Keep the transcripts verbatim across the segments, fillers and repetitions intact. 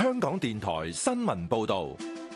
香港電台新聞報導。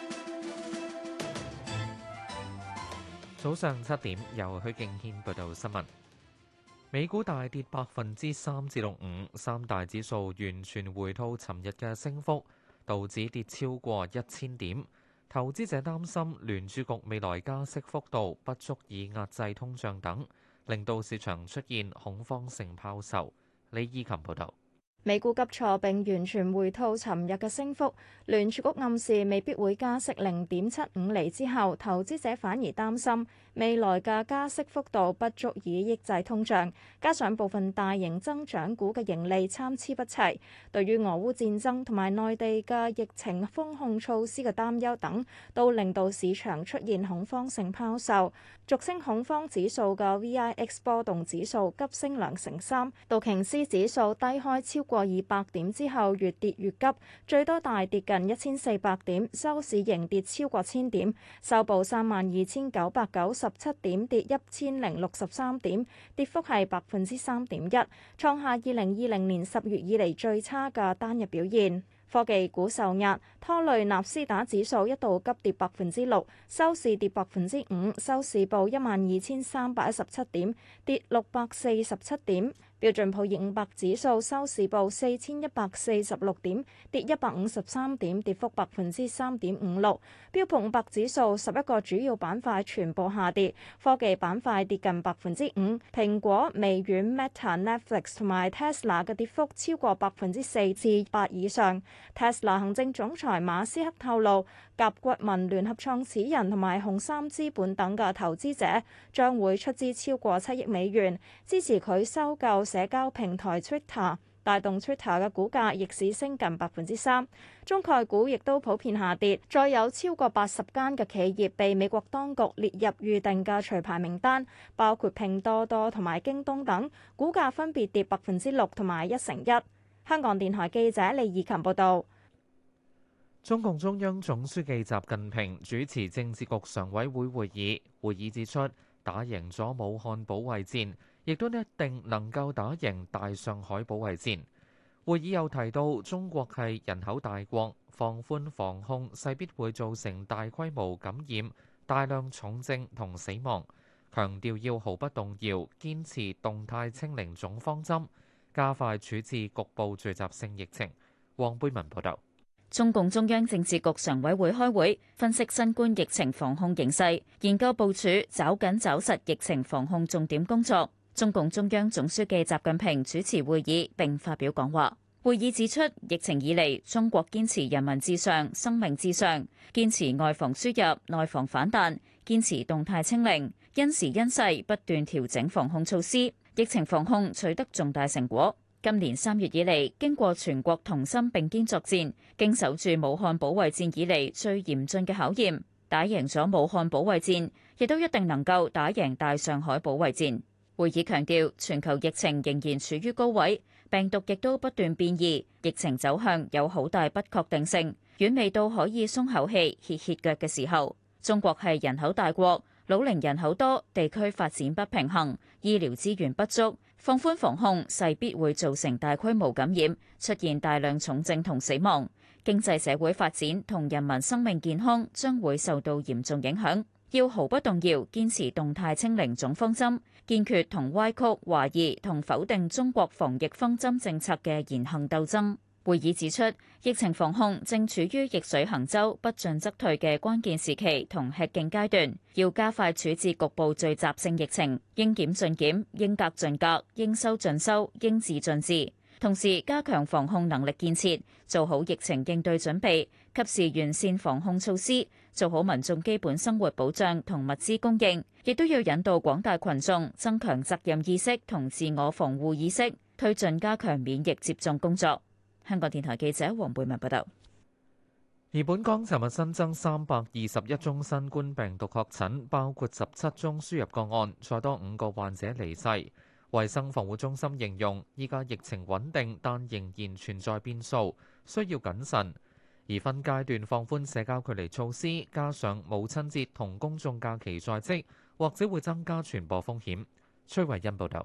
早上七點，由許敬軒報道新聞。美股大跌百分之三至到五，三大指數完全回吐尋日嘅升幅，道指跌超過一千點。投資者擔心聯儲局未來加息幅度不足以壓制通脹等，令到市場出現恐慌性拋售。李依琴報道。 美股急挫並完全回吐尋日嘅升幅，聯儲局暗示未必會加息零點七五厘之後，投資者反而擔心未來嘅加息幅度不足以抑制通脹，加上部分大型增長股嘅盈利參差不齊，對於俄烏戰爭同埋內地嘅疫情封控措施嘅擔憂等，都令到市場出現恐慌性拋售。俗稱恐慌指數嘅 V I X 波動指數急升兩成三，道瓊斯指數低開超過二百點之後越跌越急，最多大跌近一千四百點，收市仍跌超過千點，收報三萬二千九百九十七點，跌一千零六十三點，跌幅係百分之三點一，創下二零二零年十月以嚟最差嘅單日表現。科技股受壓，拖累納斯達指數一度急跌百分之六，收市跌百分之五，收市報一萬二千三百一十七點，跌六百四十七點。標準普爾五百指數收市報四千一百四十六點，跌一百五十三點，跌幅百分之三點五六。標普五百指數十一個主要板塊全部下跌，科技板塊跌近百分之五，蘋果、微軟、Meta、Netflix 同埋 Tesla 嘅跌幅超過百分之四至八以上。Tesla 行政總裁馬斯克透露，甲骨文聯合創始人同埋紅杉資本等嘅投資者將會出資超過七億美元，支持佢收購社交平台 Twitter， 帶動 Twitter 嘅股價逆市升近百分之三。中概股亦都普遍下跌，再有超過八十間嘅企業被美國當局列入預定嘅除牌名單，包括拼多多同埋京東等，股價分別跌百分之六同埋一成一。香港電台記者李怡琴報道。 中共中央總書記習近平主持政治局常委會會議，會議指出，打贏咗武漢保衛戰，亦都一定能夠打贏大上海保衛戰。會議又提到，中國係人口大國，放寬防控勢必會造成大規模感染、大量重症同死亡，強調要毫不動搖堅持動態清零總方針，加快處置局部聚集性疫情。黃貝文報道。 中共中央政治局常委會開會，分析新冠疫情防控形勢，研究部署抓緊抓實疫情防控重點工作。中共中央總書記習近平主持會議並發表講話。會議指出，疫情以嚟，中國堅持人民至上、生命至上，堅持外防輸入、內防反彈，堅持動態清零，因時因勢不斷調整防控措施，疫情防控取得重大成果。今年三月以嚟，經過全國同心並肩作戰，經守住武漢保衛戰以嚟最嚴峻嘅考驗，打贏咗武漢保衛戰，亦都一定能夠打贏大上海保衛戰。會議強調，全球疫情仍然處於高位，病毒亦都不斷變異，疫情走向有好大不確定性，遠未到可以鬆口氣、歇歇腳嘅時候。中國係人口大國，老齡人口多，地區發展不平衡，醫療資源不足，放寬防控勢必會造成大規模感染，出現大量重症同死亡，經濟社會發展同人民生命健康將會受到嚴重影響。要毫不動搖堅持動態清零總方針，堅決同歪曲、懷疑同否定中國防疫方針政策嘅言行鬥爭。會議指出，疫情防控正處於逆水行舟、不進則退嘅關鍵時期同吃勁階段，要加快處置局部聚集性疫情，應檢盡檢、應隔盡隔、應收盡收、應治盡治。同時加強防控能力建設，做好疫情應對準備，及時完善防控措施，做好民眾基本生活保障同物資供應，亦都要引導廣大群眾增強責任意識同自我防護意識，推進加強免疫接種工作。香港電台記者黃貝文報道。 而本港尋日新增三百二十一宗新冠病毒確診，包括十七宗輸入個案，再多五個患者離世。衛生防護中心形容，依家疫情穩定，但仍然存在變數，需要謹慎。而分階段放寬社交距離措施，加上母親節同公眾假期在即，或者會增加傳播風險。崔慧欣報導。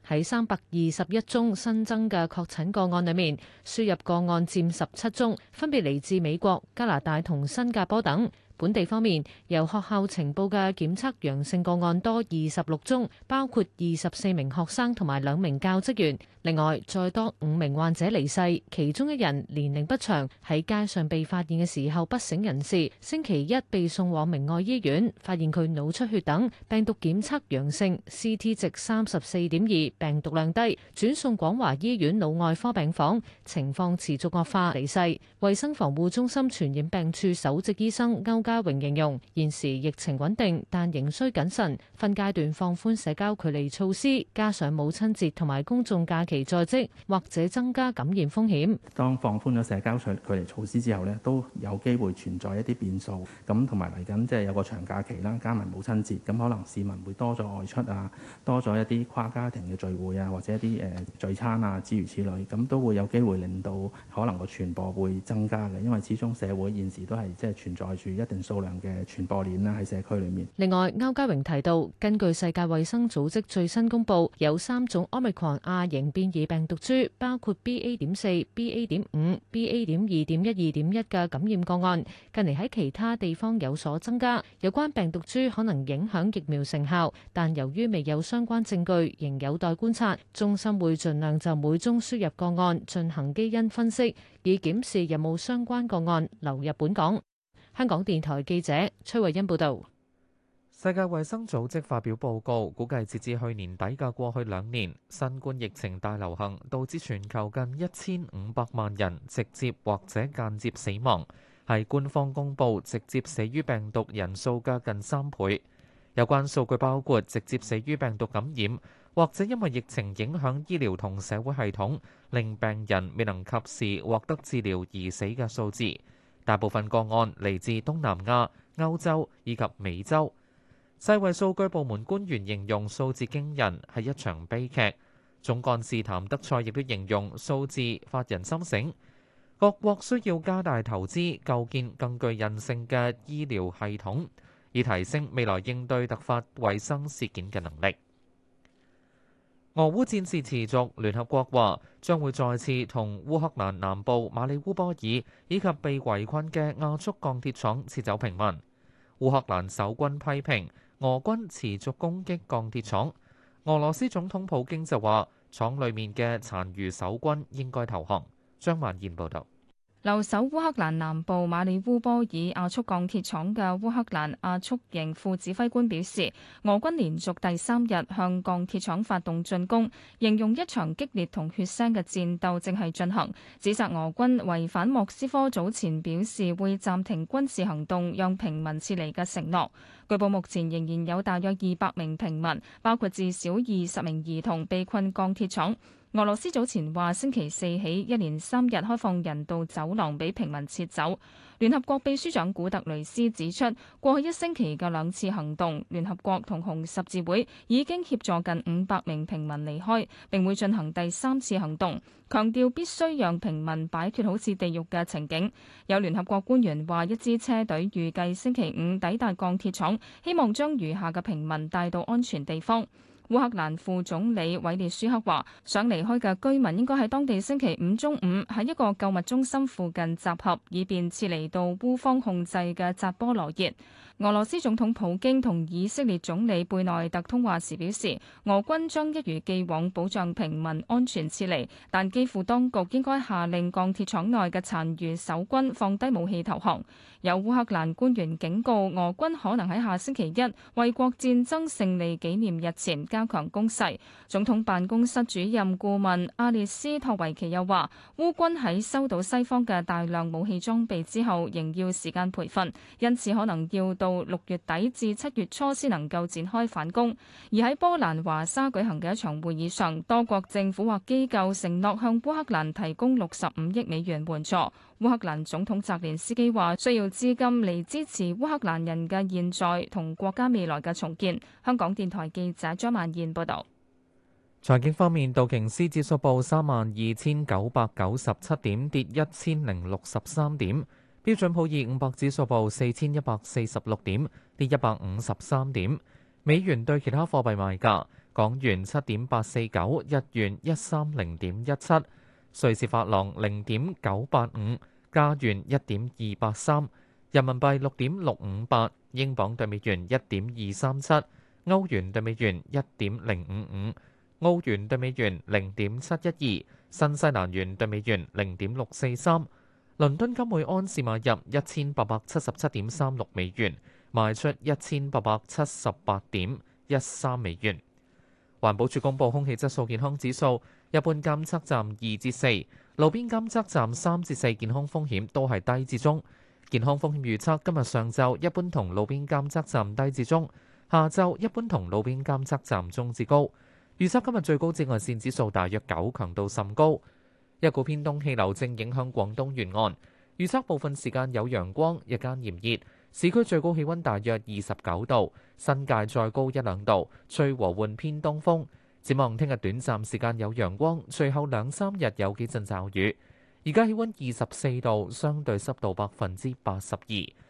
喺三百二十一宗新增嘅確診個案裏面，輸入個案佔十七宗，分別嚟自美國、加拿大同新加坡等。本地方面，由學校呈報嘅檢測陽性個案多二十六宗，包括二十四名學生同埋兩名教職員。另外，再多五名患者離世，其中一人年齡不詳，喺街上被發現嘅時候不省人事，星期一被送往明愛醫院，發現佢腦出血等，病毒檢測陽性 ，C T 值三十四點二，病毒量低，轉送廣華醫院腦外科病房，情況持續惡化，離世。衛生防護中心傳染病處首席醫生歐家榮形容，現時疫情穩定，但仍需謹慎，分階段放寬社交距離措施，加上母親節同埋公眾假期在即，或者增加感染風險。 當放寬咗社交距離措施之後呢，都有機會存在一啲變數。咁同埋嚟緊即係有個長假期啦，加埋母親節，咁可能市民會多咗外出啊，多咗一啲跨家庭嘅聚會啊，或者一啲誒聚餐啊，諸如此類，咁都會有機會令到可能個傳播會增加嘅。因為始終社會現時都係即係存在住一定數量嘅傳播鏈啦，喺社區裏面。 另外，歐家榮提到，根據世界衛生組織最新公佈，有三種 Omicron 亞型變異病毒株，包括 B A 點四、B A 點五、B A 點二點一二點一嘅感染個案，近嚟喺其他地方有所增加。有關病毒株可能影響疫苗成效，但由於未有相關證據，仍有待觀察。中心會盡量就每宗輸入個案進行基因分析，以檢視有冇相關個案流入本港。香港電台記者崔慧欣報道。 世界衛生組織發表報告，估計截至去年底嘅過去兩年，新冠疫情大流行導致全球近一千五百萬人直接或者間接死亡，係官方公佈直接死於病毒人數嘅近三倍。有關數據包括直接死於病毒感染，或者因為疫情影響醫療同社會系統，令病人未能及時獲得治療而死嘅數字。大部分個案嚟自東南亞、歐洲以及美洲。世衛數據部門官員形容數字驚人，係一場悲劇。總幹事譚德塞亦都形容數字發人深省。各國需要加大投資，構建更具韌性嘅醫療系統，以提升未來應對突發衛生事件嘅能力。俄烏戰事持續，聯合國話將會再次同烏克蘭南部馬里烏波爾以及被圍困嘅亞速鋼鐵廠撤走平民。烏克蘭守軍批評俄軍持續攻擊鋼鐵廠，俄羅斯總統普京就話廠裡面嘅殘餘守軍應該投降。張萬燕報導。 留守烏克蘭南部馬里烏波爾亞速鋼鐵廠嘅烏克蘭亞速營副指揮官表示，俄軍連續第三日向鋼鐵廠發動進攻，形容一場激烈同血腥嘅戰鬥正係進行，指責俄軍違反莫斯科早前表示會暫停軍事行動讓平民撤離嘅承諾。據報目前仍然有大約二百名平民，包括至少二十名兒童被困鋼鐵廠。俄羅斯早前話星期四起一連三日開放人道走廊俾平民撤走。聯合國秘書長古特雷斯指出，過去一星期嘅兩次行動，聯合國同紅十字會已經協助近五百名平民離開，並會進行第三次行動，強調必須讓平民擺脫好似地獄嘅情景。有聯合國官員話，一支車隊預計星期五抵達鋼鐵廠，希望將餘下嘅平民帶到安全地方。烏克蘭副總理韋列舒克話，想離開嘅居民應該喺當地星期五中午喺一個購物中心附近集合，以便撤離到烏方控制嘅扎波羅熱。俄羅斯總統普京同以色列總理貝內特通話時表示，俄軍將一如既往保障平民安全撤離，但基輔當局應該下令鋼鐵廠內嘅殘餘守軍放低武器投降。有烏克蘭官員警告，俄軍可能喺下星期一衛國戰爭勝利紀念日前加強攻勢。總統辦公室主任顧問阿列斯托維奇又話，烏軍喺收到西方嘅大量武器裝備之後，仍要時間培訓，因此可能要到到六月底至七月初先能夠展開反攻。而喺波蘭華沙舉行嘅一場會議上，多國政府或機構承諾向烏克蘭提供六十五億美元援助。烏克蘭總統澤連斯基話需要資金嚟支持烏克蘭人嘅現在同國家未來嘅重建。香港電台記者張曼燕報道。 財經方面，道瓊斯指數報三萬二千九百九十七點，跌一千零六十三點。標準普爾五百指數報四千一百四十六點，跌一百五十三點。美元對其他貨幣賣價： 港元七點八四九，日元一三零點一七，瑞士法郎零點九八五，加元一點二八三，人民幣六點六五八，英鎊對美元一點二三七，歐元對美元一點零五五，澳元對美元零點七一二，新西蘭元對美元零點六四三。倫敦金每安士買入一千八百七十七點三六美元，賣出一千八百七十八點一三美元。環保署公布空氣質素健康指數，一般監測站二至四，路邊監測站三至四，健康風險都係低至中。健康風險預測今日上晝一般同路邊監測站低至中，下晝一般同路邊監測站中至高。預測今日最高紫外線指數大約九，強度甚高。一股偏東氣流正影響廣東沿岸，預測部分時間有陽光，日間炎熱，市區最高氣溫大約二十九度，新界再高一兩度，吹和緩偏東風。展望聽日短暫時間有陽光，隨後兩三日有幾陣驟雨。而家氣溫二十四度，相對濕度百分之八十二。